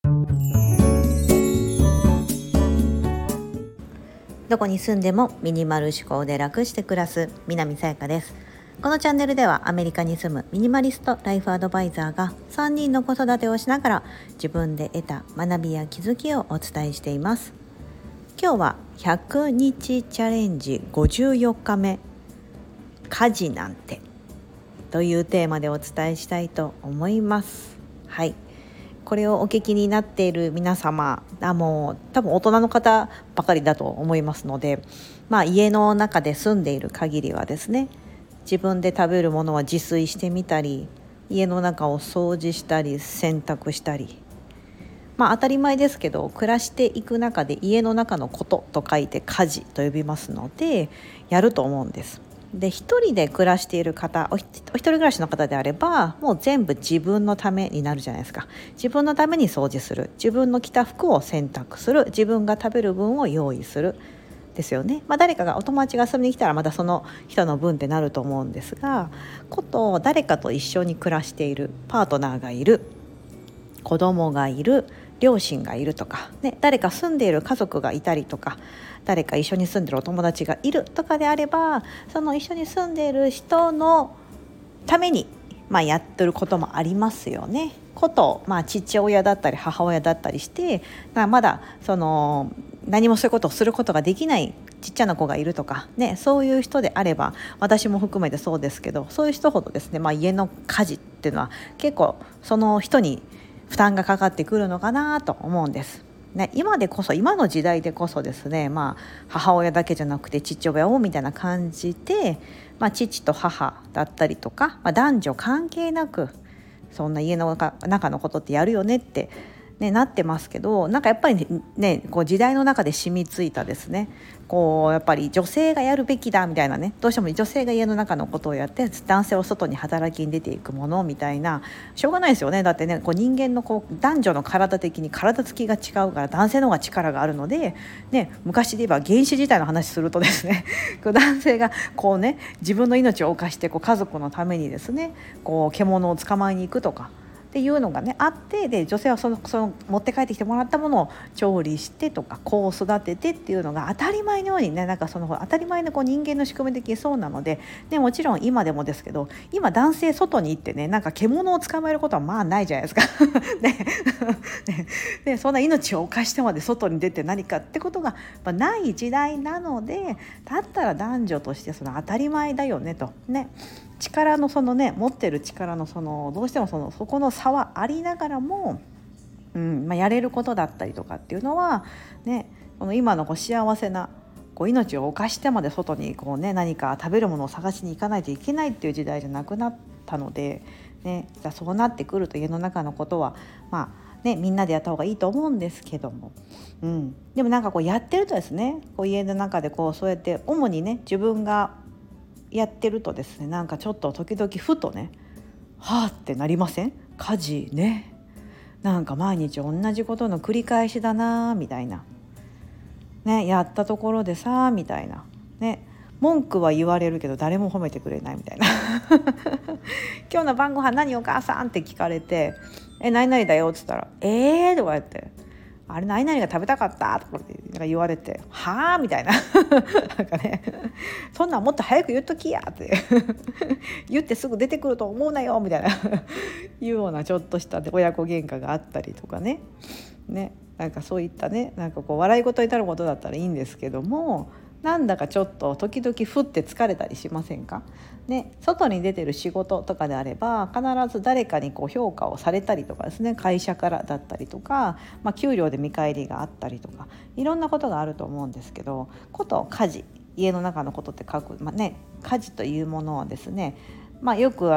どこに住んでもミニマル思考で楽して暮らす南さやかです。このチャンネルではアメリカに住むミニマリストライフアドバイザーが3人の子育てをしながら自分で得た学びや気づきをお伝えしています。今日は100日チャレンジ54日目、家事なんてというテーマでお伝えしたいと思います。はい、これをお聞きになっている皆様、もう多分大人の方ばかりだと思いますので、家の中で住んでいる限りはですね、自分で食べるものは自炊してみたり、家の中を掃除したり洗濯したり、当たり前ですけど、暮らしていく中で家の中のことと書いて家事と呼びますので、やると思うんです。で、一人で暮らしている方、お一人暮らしの方であれば、もう全部自分のためになるじゃないですか。自分のために掃除する、自分の着た服を洗濯する、自分が食べる分を用意するですよね。誰かがお友達が遊びに来たらまたその人の分ってなると思うんですが、誰かと一緒に暮らしているパートナーがいる、子供がいる、両親がいるとか、誰か住んでいる家族がいたりとか、誰か一緒に住んでいるお友達がいるとかであれば、その一緒に住んでいる人のために、やってることもありますよね。父親だったり母親だったりして、まだ何もそういうことをすることができないちっちゃな子がいるとかね、そういう人であれば、私も含めてそうですけど、そういう人ほどですね、家の家事っていうのは結構その人に負担がかかってくるのかなと思うんです。今の時代でこそですね、母親だけじゃなくて父親をみたいな感じで、父と母だったりとか、男女関係なくそんな家の中のことってやるよねって、なってますけど、やっぱりね、時代の中で染みついたですね、やっぱり女性がやるべきだみたいなね、どうしても女性が家の中のことをやって男性を外に働きに出ていくものみたいな、しょうがないですよね。だってね、人間の男女の体的に体つきが違うから、男性の方が力があるので、昔で言えば原始時代の話するとですね男性が自分の命を侵して家族のためにですね、獣を捕まえに行くとかっていうのがあって、で女性はその持って帰ってきてもらったものを調理してとか子を育ててっていうのが当たり前のように当たり前の人間の仕組み的にそうなので、もちろん今でもですけど、今男性外に行って獣を捕まえることはないじゃないですかでそんな命を侵してまで外に出て何かってことがない時代なので、だったら男女として当たり前だよねと力の持ってる力のどうしてもそこの差はありながらも、やれることだったりとかっていうのはこの今の幸せな命を侵してまで外に何か食べるものを探しに行かないといけないっていう時代じゃなくなったので、そうなってくると家の中のことはみんなでやった方がいいと思うんですけども、でもやってるとですね、家の中でそうやって主に自分がやってるとですね、ちょっと時々ふとはぁってなりません？家事ね、毎日同じことの繰り返しだなみたいなやったところでさみたいな文句は言われるけど誰も褒めてくれないみたいな今日の晩ご飯何お母さんって聞かれて、何々だよって言ったらとか言って、あれ何々が食べたかったとかって言われて、はぁみたいなそんなんもっと早く言っときやって言ってすぐ出てくると思うなよみたいないうようなちょっとした親子喧嘩があったりとかそういった笑い事になることだったらいいんですけども、なんだかちょっと時々ふって疲れたりしませんか？外に出てる仕事とかであれば必ず誰かに評価をされたりとかですね、会社からだったりとか、給料で見返りがあったりとか、いろんなことがあると思うんですけど、家事、家の中のことって書く、家事というものはですね、よく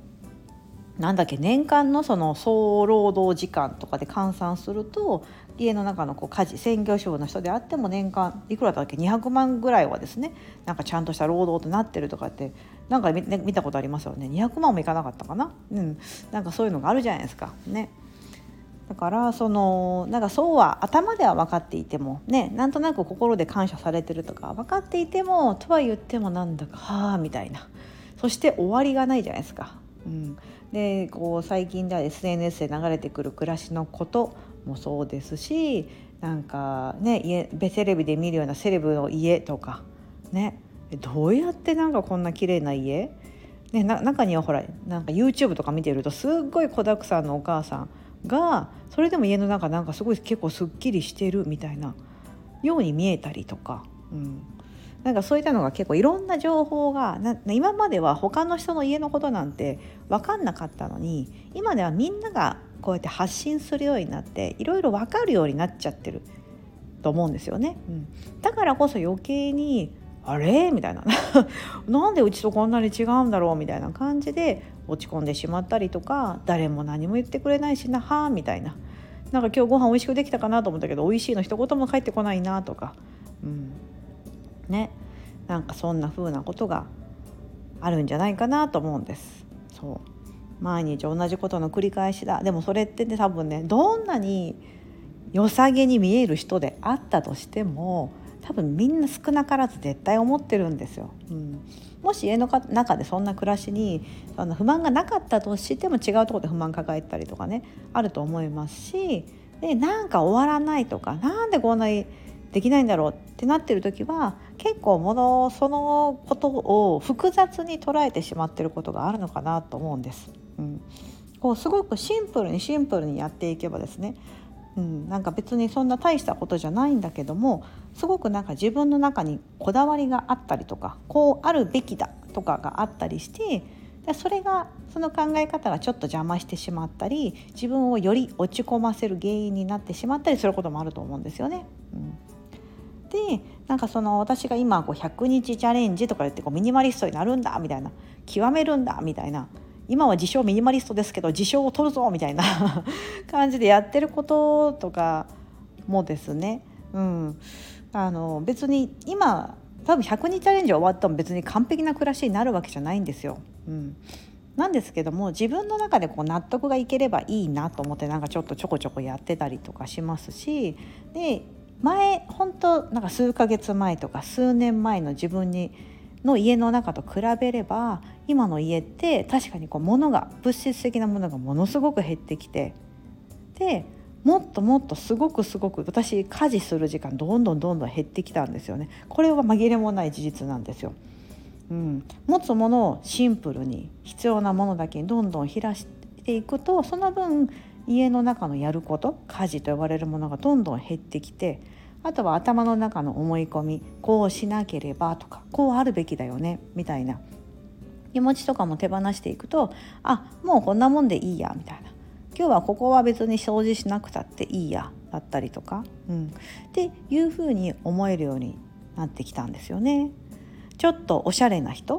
年間の総労働時間とかで換算すると、家の中の家事、専業主婦の人であっても年間いくらだっけ、200万ぐらいはですね、ちゃんとした労働となってるとかって見たことありますよね。200万もいかなかったかな、そういうのがあるじゃないですかだからそうは頭では分かっていてもなんとなく心で感謝されてるとか分かっていても、とは言ってもはぁみたいな、そして終わりがないじゃないですか。で最近では SNS で流れてくる暮らしのこともそうですし、なんかね、テレビで見るようなセレブの家とかね、どうやってなんかこんな綺麗な家、中にはほらなんか YouTube とか見てるとすっごい子だくさんのお母さんがそれでも家の中なんかすごい結構すっきりしてるみたいなように見えたりとか、なんかそういったのが結構いろんな情報が今までは他の人の家のことなんて分かんなかったのに、今ではみんながこうやって発信するようになっていろいろ分かるようになっちゃってると思うんですよね。だからこそ余計にあれみたいななんでうちとこんなに違うんだろうみたいな感じで落ち込んでしまったりとか、誰も何も言ってくれないしなはみたいな、なんか今日ご飯美味しくできたかなと思ったけど美味しいの一言も返ってこないなとか、なんかそんな風なことがあるんじゃないかなと思うんです。毎日同じことの繰り返しだ。でもそれってね、多分ね、どんなに良さげに見える人であったとしても多分みんな少なからず絶対思ってるんですよ。もし家の中でそんな暮らしにそんな不満がなかったとしても違うところで不満抱えたりとかね、あると思いますし、でなんか終わらないとか、なんでこんなにできないんだろうってなってる時は結構そのことを複雑に捉えてしまってることがあるのかなと思うんです。すごくシンプルにやっていけばですね、なんか別にそんな大したことじゃないんだけども、すごくなんか自分の中にこだわりがあったりとか、こうあるべきだとかがあったりして、それがその考え方がちょっと邪魔してしまったり、自分をより落ち込ませる原因になってしまったりすることもあると思うんですよね。でなんか私が今100日チャレンジとか言ってミニマリストになるんだみたいな、極めるんだみたいな、今は自称ミニマリストですけど自称を取るぞみたいな感じでやってることとかもですね、別に今多分100日チャレンジ終わっても別に完璧な暮らしになるわけじゃないんですよ。なんですけども、自分の中で納得がいければいいなと思ってなんかちょっとちょこちょこやってたりとかしますし、で本当なんか数ヶ月前とか数年前の自分の家の中と比べれば、今の家って確かに物質的なものがものすごく減ってきて、でもっともっとすごく私家事する時間どんどん減ってきたんですよね。これは紛れもない事実なんですよ。持つものをシンプルに必要なものだけにどんどん減らしていくと、その分家の中のやること、家事と呼ばれるものがどんどん減ってきて、あとは頭の中の思い込み、こうしなければとか、こうあるべきだよねみたいな気持ちとかも手放していくと、もうこんなもんでいいやみたいな、今日はここは別に掃除しなくたっていいやだったりとか、っていうふうに思えるようになってきたんですよね。ちょっとおしゃれな人、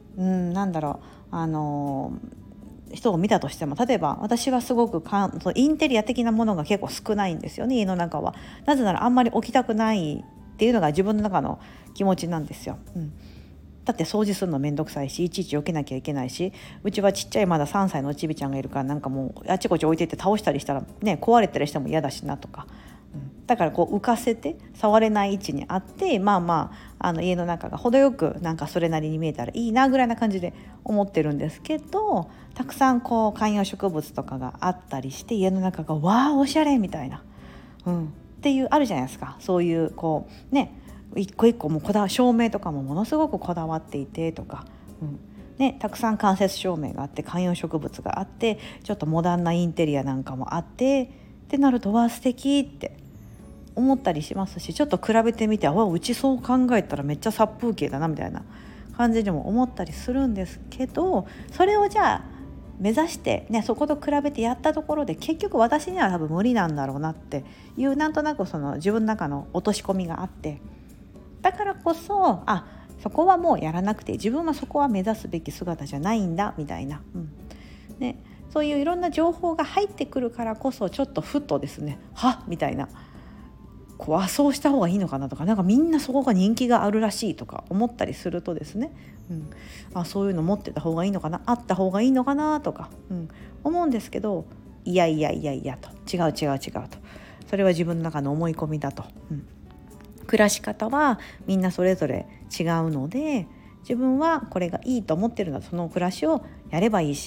人を見たとしても、例えば私はすごくインテリア的なものが結構少ないんですよね、家の中は。なぜならあんまり置きたくないっていうのが自分の中の気持ちなんですよ。だって掃除するのめんどくさいし、いちいち避けなきゃいけないし、うちはちっちゃいまだ3歳のちびちゃんがいるから、なんかもうあちこち置いてって倒したりしたらね、壊れたりしても嫌だしなとか、だから浮かせて触れない位置にあって、家の中が程よくなんかそれなりに見えたらいいなぐらいな感じで思ってるんですけど、たくさん観葉植物とかがあったりして、家の中がわーおしゃれみたいな、っていうあるじゃないですか。そういう一個一個も照明とかもものすごくこだわっていてとか、たくさん間接照明があって観葉植物があって、ちょっとモダンなインテリアなんかもあってってなると、わー素敵って思ったりしますし、ちょっと比べてみて、うちそう考えたらめっちゃ殺風景だなみたいな感じにも思ったりするんですけど、それをじゃあ目指してそこと比べてやったところで結局私には多分無理なんだろうなっていう、なんとなく自分の中の落とし込みがあって、だからこそそこはもうやらなくて、自分はそこは目指すべき姿じゃないんだみたいな、そういういろんな情報が入ってくるからこそ、ちょっとふっとですね、みたいな、そうした方がいいのかなとか、なんかみんなそこが人気があるらしいとか思ったりするとですね、そういうの持ってた方がいいのかな、あった方がいいのかなとか、思うんですけど、いやと、違うと、それは自分の中の思い込みだと、暮らし方はみんなそれぞれ違うので、自分はこれがいいと思ってるのはその暮らしをやればいいし、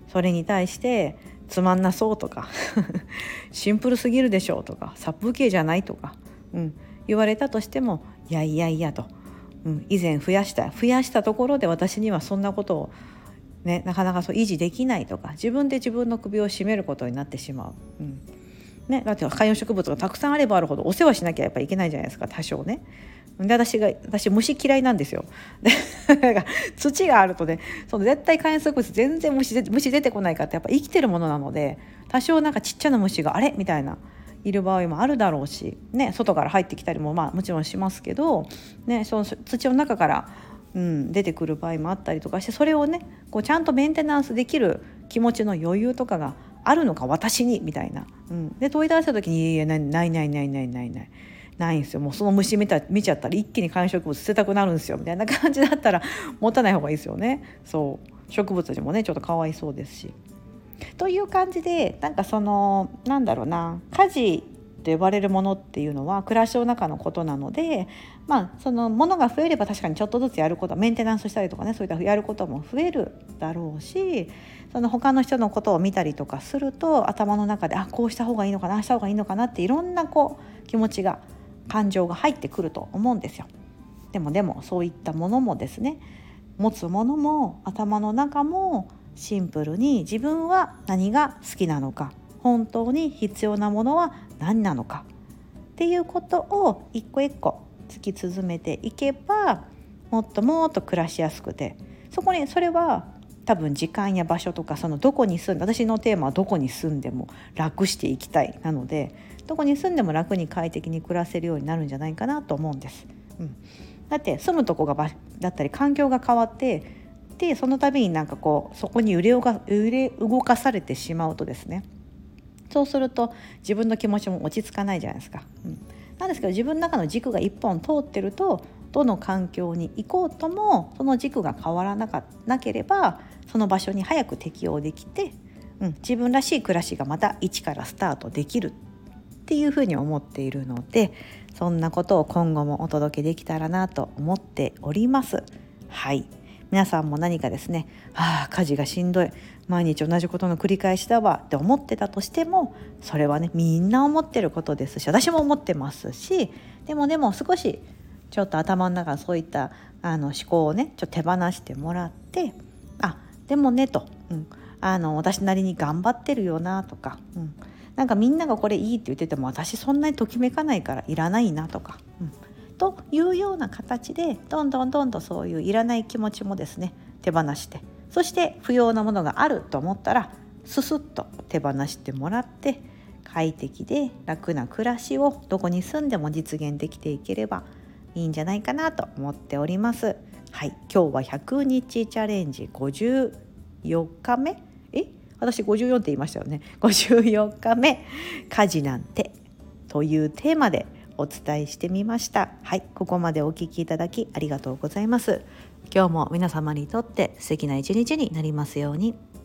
それに対してつまんなそうとかシンプルすぎるでしょうとか殺風景じゃないとか、言われたとしてもいやいやいやと、以前増やしたところで私にはそんなことをなかなかそう維持できないとか、自分で自分の首を絞めることになってしまう、だって観葉植物がたくさんあればあるほどお世話しなきゃやっぱりいけないじゃないですか、多少ね。で私虫嫌いなんですよ。で土があるとね、その絶対観葉植物全然虫出てこないかって、やっぱ生きてるものなので、多少なんかちっちゃな虫があれみたいないる場合もあるだろうし、外から入ってきたりももちろんしますけど、その土の中から、出てくる場合もあったりとかして、それをこうちゃんとメンテナンスできる気持ちの余裕とかがあるのか私にみたいな、で問いただした時にいやないんですよ。もうその虫見ちゃったら一気に観葉植物捨てたくなるんですよみたいな感じだったら持たない方がいいですよね。そう植物にもちょっとかわいそうですし、という感じで、その家事と呼ばれるものっていうのは暮らしの中のことなので、そのものが増えれば確かにちょっとずつやること、メンテナンスしたりとかそういったやることも増えるだろうし、その他の人のことを見たりとかすると頭の中でこうした方がいいのかな、した方がいいのかなっていろんな気持ちが感情が入ってくると思うんですよ。でもそういったものもですね、持つものも頭の中もシンプルに自分は何が好きなのか、本当に必要なものは何なのかっていうことを一個一個突き進めていけば、もっともっと暮らしやすくて、それは多分時間や場所とか、私のテーマはどこに住んでも楽していきたいなので、どこに住んでも楽に快適に暮らせるようになるんじゃないかなと思うんです、だって住むとこがだったり環境が変わって、でその度にそこに揺れ動かされてしまうとですね、そうすると自分の気持ちも落ち着かないじゃないですか、なんですけど、自分の中の軸が一本通ってると、どの環境に行こうともその軸が変わらなければ、その場所に早く適応できて、自分らしい暮らしがまた一からスタートできるっていうふうに思っているので、そんなことを今後もお届けできたらなと思っております。はい、皆さんも何かですね、家事がしんどい、毎日同じことの繰り返しだわって思ってたとしても、それはみんな思ってることですし、私も思ってますし、でも少しちょっと頭の中のそういった思考をちょっと手放してもらって、でもねと、私なりに頑張ってるよなとか、みんながこれいいって言ってても私そんなにときめかないからいらないなとか、というような形でどんどんそういういらない気持ちもですね手放して、そして不要なものがあると思ったらススッと手放してもらって、快適で楽な暮らしをどこに住んでも実現できていければいいんじゃないかなと思っております。はい、今日は100日チャレンジ54日目、私54って言いましたよね。54日目、家事なんてというテーマでお伝えしてみました。はい、ここまでお聞きいただきありがとうございます。今日も皆様にとって素敵な一日になりますように。